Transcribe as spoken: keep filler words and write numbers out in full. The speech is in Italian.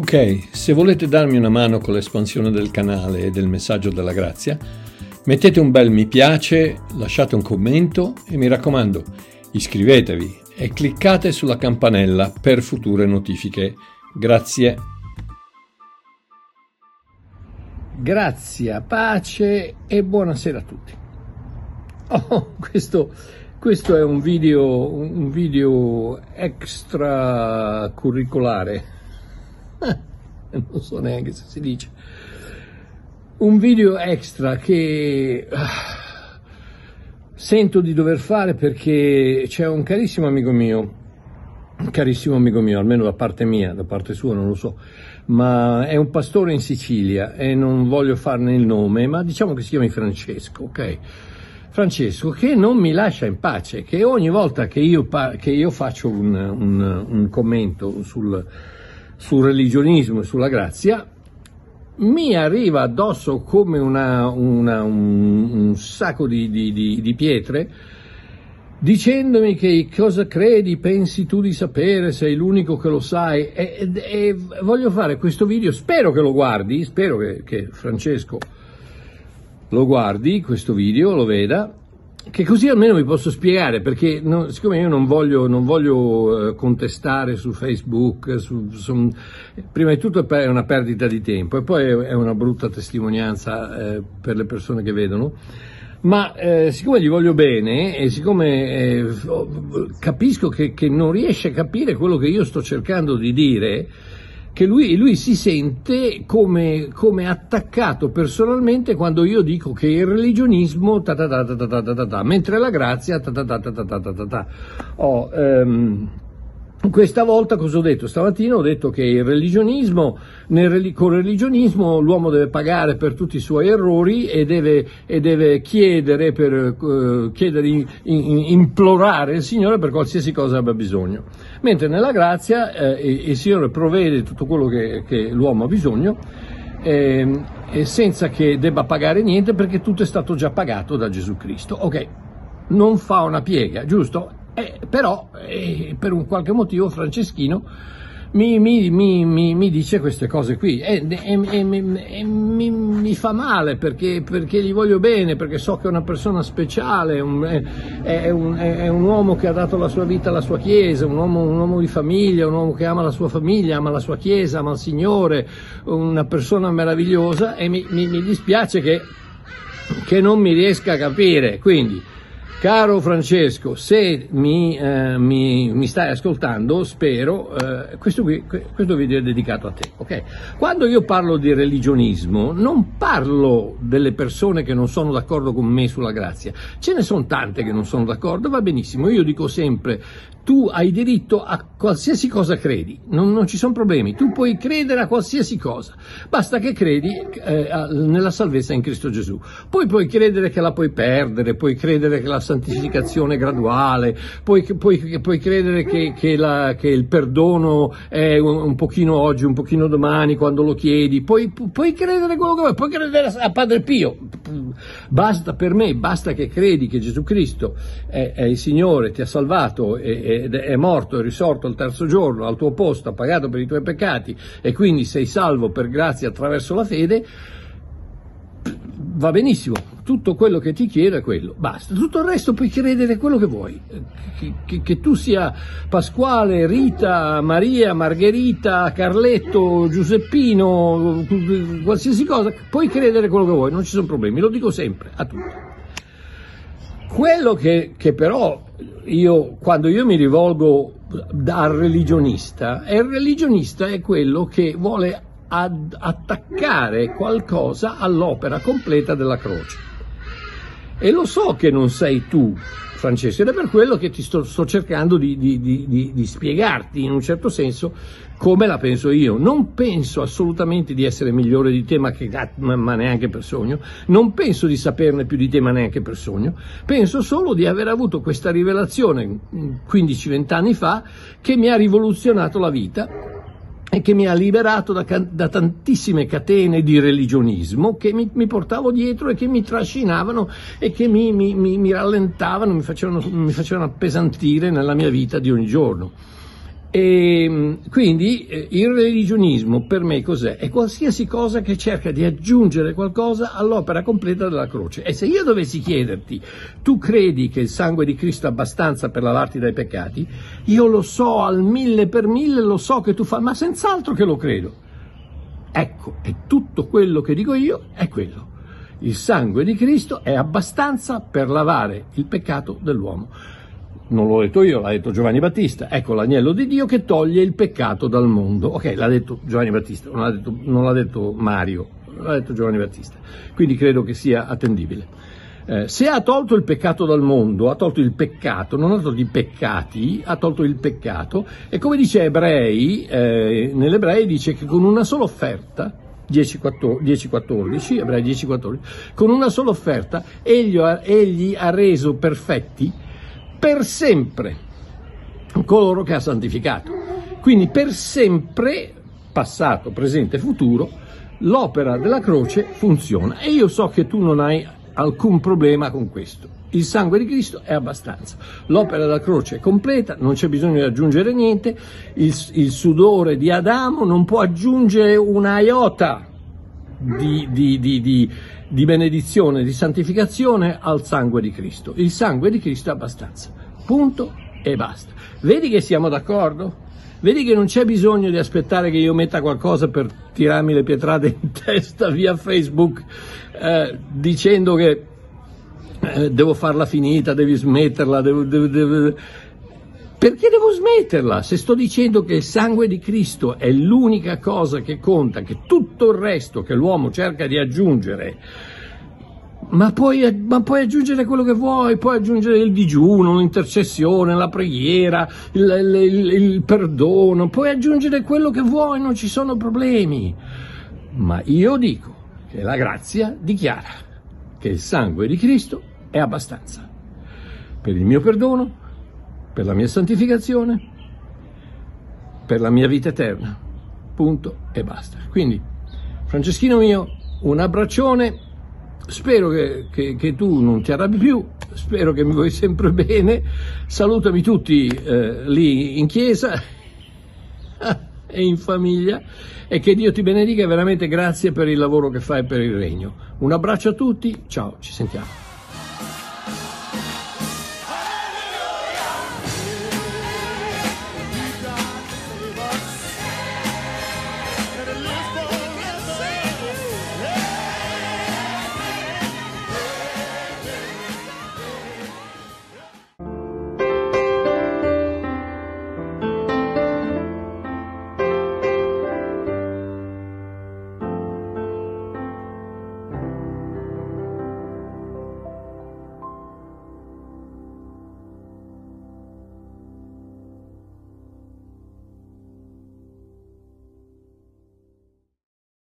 Ok, se volete darmi una mano con l'espansione del canale e del messaggio della grazia, mettete un bel mi piace, lasciate un commento e mi raccomando, iscrivetevi e cliccate sulla campanella per future notifiche. Grazie. Grazia, pace e buonasera a tutti. Oh, questo, questo è un video, un video extracurricolare. Non so neanche se si dice. Un video extra che uh, sento di dover fare perché c'è un carissimo amico mio, un carissimo amico mio, almeno da parte mia, da parte sua non lo so, ma è un pastore in Sicilia e non voglio farne il nome, ma diciamo che si chiami Francesco, ok? Francesco, che non mi lascia in pace, che ogni volta che io, che io faccio un, un, un commento sul, sul religionismo e sulla grazia, mi arriva addosso come una, una, un, un sacco di, di, di, di pietre, dicendomi che cosa credi, pensi tu di sapere, sei l'unico che lo sai, e, e, e voglio fare questo video, spero che lo guardi, spero che, che Francesco lo guardi, questo video, lo veda, che così almeno vi posso spiegare, perché non, siccome io non voglio, non voglio eh, contestare su Facebook, su, su, prima di tutto è una perdita di tempo e poi è una brutta testimonianza eh, per le persone che vedono, ma eh, siccome gli voglio bene e siccome eh, capisco che, che non riesce a capire quello che io sto cercando di dire, che lui, lui si sente come, come attaccato personalmente quando io dico che il religionismo ta ta ta ta ta ta ta ta, mentre la grazia ta ta ta ta ta ta ta ta. Oh, um, questa volta cosa ho detto? Stamattina ho detto che il religionismo, nel, con il religionismo l'uomo deve pagare per tutti i suoi errori e deve, e deve chiedere, per, uh, chiedere in, in, implorare il Signore per qualsiasi cosa abbia bisogno. Mentre nella grazia eh, il Signore provvede tutto quello che, che l'uomo ha bisogno eh, e senza che debba pagare niente perché tutto è stato già pagato da Gesù Cristo. Ok, non fa una piega, giusto? Eh, però eh, per un qualche motivo Franceschino mi, mi, mi, mi, mi dice queste cose qui e, e, e, e mi, mi fa male perché, perché gli voglio bene, perché so che è una persona speciale, un, è, è, un, è un uomo che ha dato la sua vita alla sua chiesa, un uomo, un uomo di famiglia, un uomo che ama la sua famiglia, ama la sua chiesa, ama il Signore, una persona meravigliosa e mi, mi, mi dispiace che, che non mi riesca a capire. Quindi, caro Francesco, se mi, eh, mi, mi stai ascoltando, spero, eh, questo, qui, questo video è dedicato a te, ok? Quando io parlo di religionismo, non parlo delle persone che non sono d'accordo con me sulla grazia, ce ne sono tante che non sono d'accordo, va benissimo, io dico sempre, tu hai diritto a qualsiasi cosa credi, non, non ci sono problemi, tu puoi credere a qualsiasi cosa, basta che credi eh, nella salvezza in Cristo Gesù, poi puoi credere che la puoi perdere, puoi credere che la santificazione graduale, puoi, puoi, puoi credere che, che, la, che il perdono è un, un pochino oggi, un pochino domani quando lo chiedi, puoi, puoi credere quello che vuoi, puoi credere a Padre Pio, basta per me, basta che credi che Gesù Cristo è, è il Signore, ti ha salvato ed è morto e risorto al terzo giorno al tuo posto, ha pagato per i tuoi peccati e quindi sei salvo per grazia attraverso la fede, va benissimo, tutto quello che ti chiedo è quello, basta, tutto il resto puoi credere quello che vuoi, che, che, che tu sia Pasquale, Rita, Maria, Margherita, Carletto, Giuseppino, qualsiasi cosa, puoi credere quello che vuoi, non ci sono problemi, lo dico sempre a tutti. Quello che, che però io, quando io mi rivolgo al religionista, il religionista è quello che vuole ad attaccare qualcosa all'opera completa della croce. E lo so che non sei tu, Francesco, ed è per quello che ti sto, sto cercando di, di, di, di spiegarti in un certo senso come la penso io. Non penso assolutamente di essere migliore di te, ma, che, ma neanche per sogno, non penso di saperne più di te, ma neanche per sogno, penso solo di aver avuto questa rivelazione quindici venti anni fa che mi ha rivoluzionato la vita e che mi ha liberato da, da tantissime catene di religionismo che mi, mi portavo dietro e che mi trascinavano e che mi, mi, mi, mi rallentavano, mi facevano, mi facevano appesantire nella mia vita di ogni giorno. E quindi eh, il religionismo per me cos'è? È qualsiasi cosa che cerca di aggiungere qualcosa all'opera completa della croce. E se io dovessi chiederti, tu credi che il sangue di Cristo è abbastanza per lavarti dai peccati? Io lo so al mille per mille, lo so che tu fai, ma senz'altro che lo credo. Ecco, e tutto quello che dico io è quello. Il sangue di Cristo è abbastanza per lavare il peccato dell'uomo. Non l'ho detto io, l'ha detto Giovanni Battista. Ecco l'agnello di Dio che toglie il peccato dal mondo. Ok, l'ha detto Giovanni Battista, non l'ha detto, non l'ha detto Mario, l'ha detto Giovanni Battista. Quindi credo che sia attendibile. Eh, se ha tolto il peccato dal mondo, ha tolto il peccato, non ha tolto i peccati, ha tolto il peccato. E come dice Ebrei, eh, nell'Ebrei dice che con una sola offerta, dieci quattordici, Ebrei dieci quattordici, con una sola offerta egli ha, egli ha reso perfetti per sempre coloro che ha santificato. Quindi per sempre, passato, presente e futuro, l'opera della croce funziona. E io so che tu non hai alcun problema con questo. Il sangue di Cristo è abbastanza. L'opera della croce è completa, non c'è bisogno di aggiungere niente. Il, il sudore di Adamo non può aggiungere una iota di, di, di, di, di benedizione, di santificazione al sangue di Cristo. Il sangue di Cristo è abbastanza. Punto e basta. Vedi che siamo d'accordo? Vedi che non c'è bisogno di aspettare che io metta qualcosa per tirarmi le pietrate in testa via Facebook eh, dicendo che eh, devo farla finita, devi smetterla, devo, devo, devo... Perché devo smetterla? Se sto dicendo che il sangue di Cristo è l'unica cosa che conta, che tutto il resto che l'uomo cerca di aggiungere, ma puoi, ma puoi aggiungere quello che vuoi, puoi aggiungere il digiuno, l'intercessione, la preghiera, il, il, il perdono, puoi aggiungere quello che vuoi, non ci sono problemi. Ma io dico che la grazia dichiara che il sangue di Cristo è abbastanza per il mio perdono, per la mia santificazione, per la mia vita eterna. Punto e basta. Quindi, Franceschino mio, un abbraccione. Spero che, che, che tu non ti arrabbi più, spero che mi vuoi sempre bene, salutami tutti eh, lì in chiesa e in famiglia e che Dio ti benedica e veramente grazie per il lavoro che fai per il regno. Un abbraccio a tutti, ciao, ci sentiamo.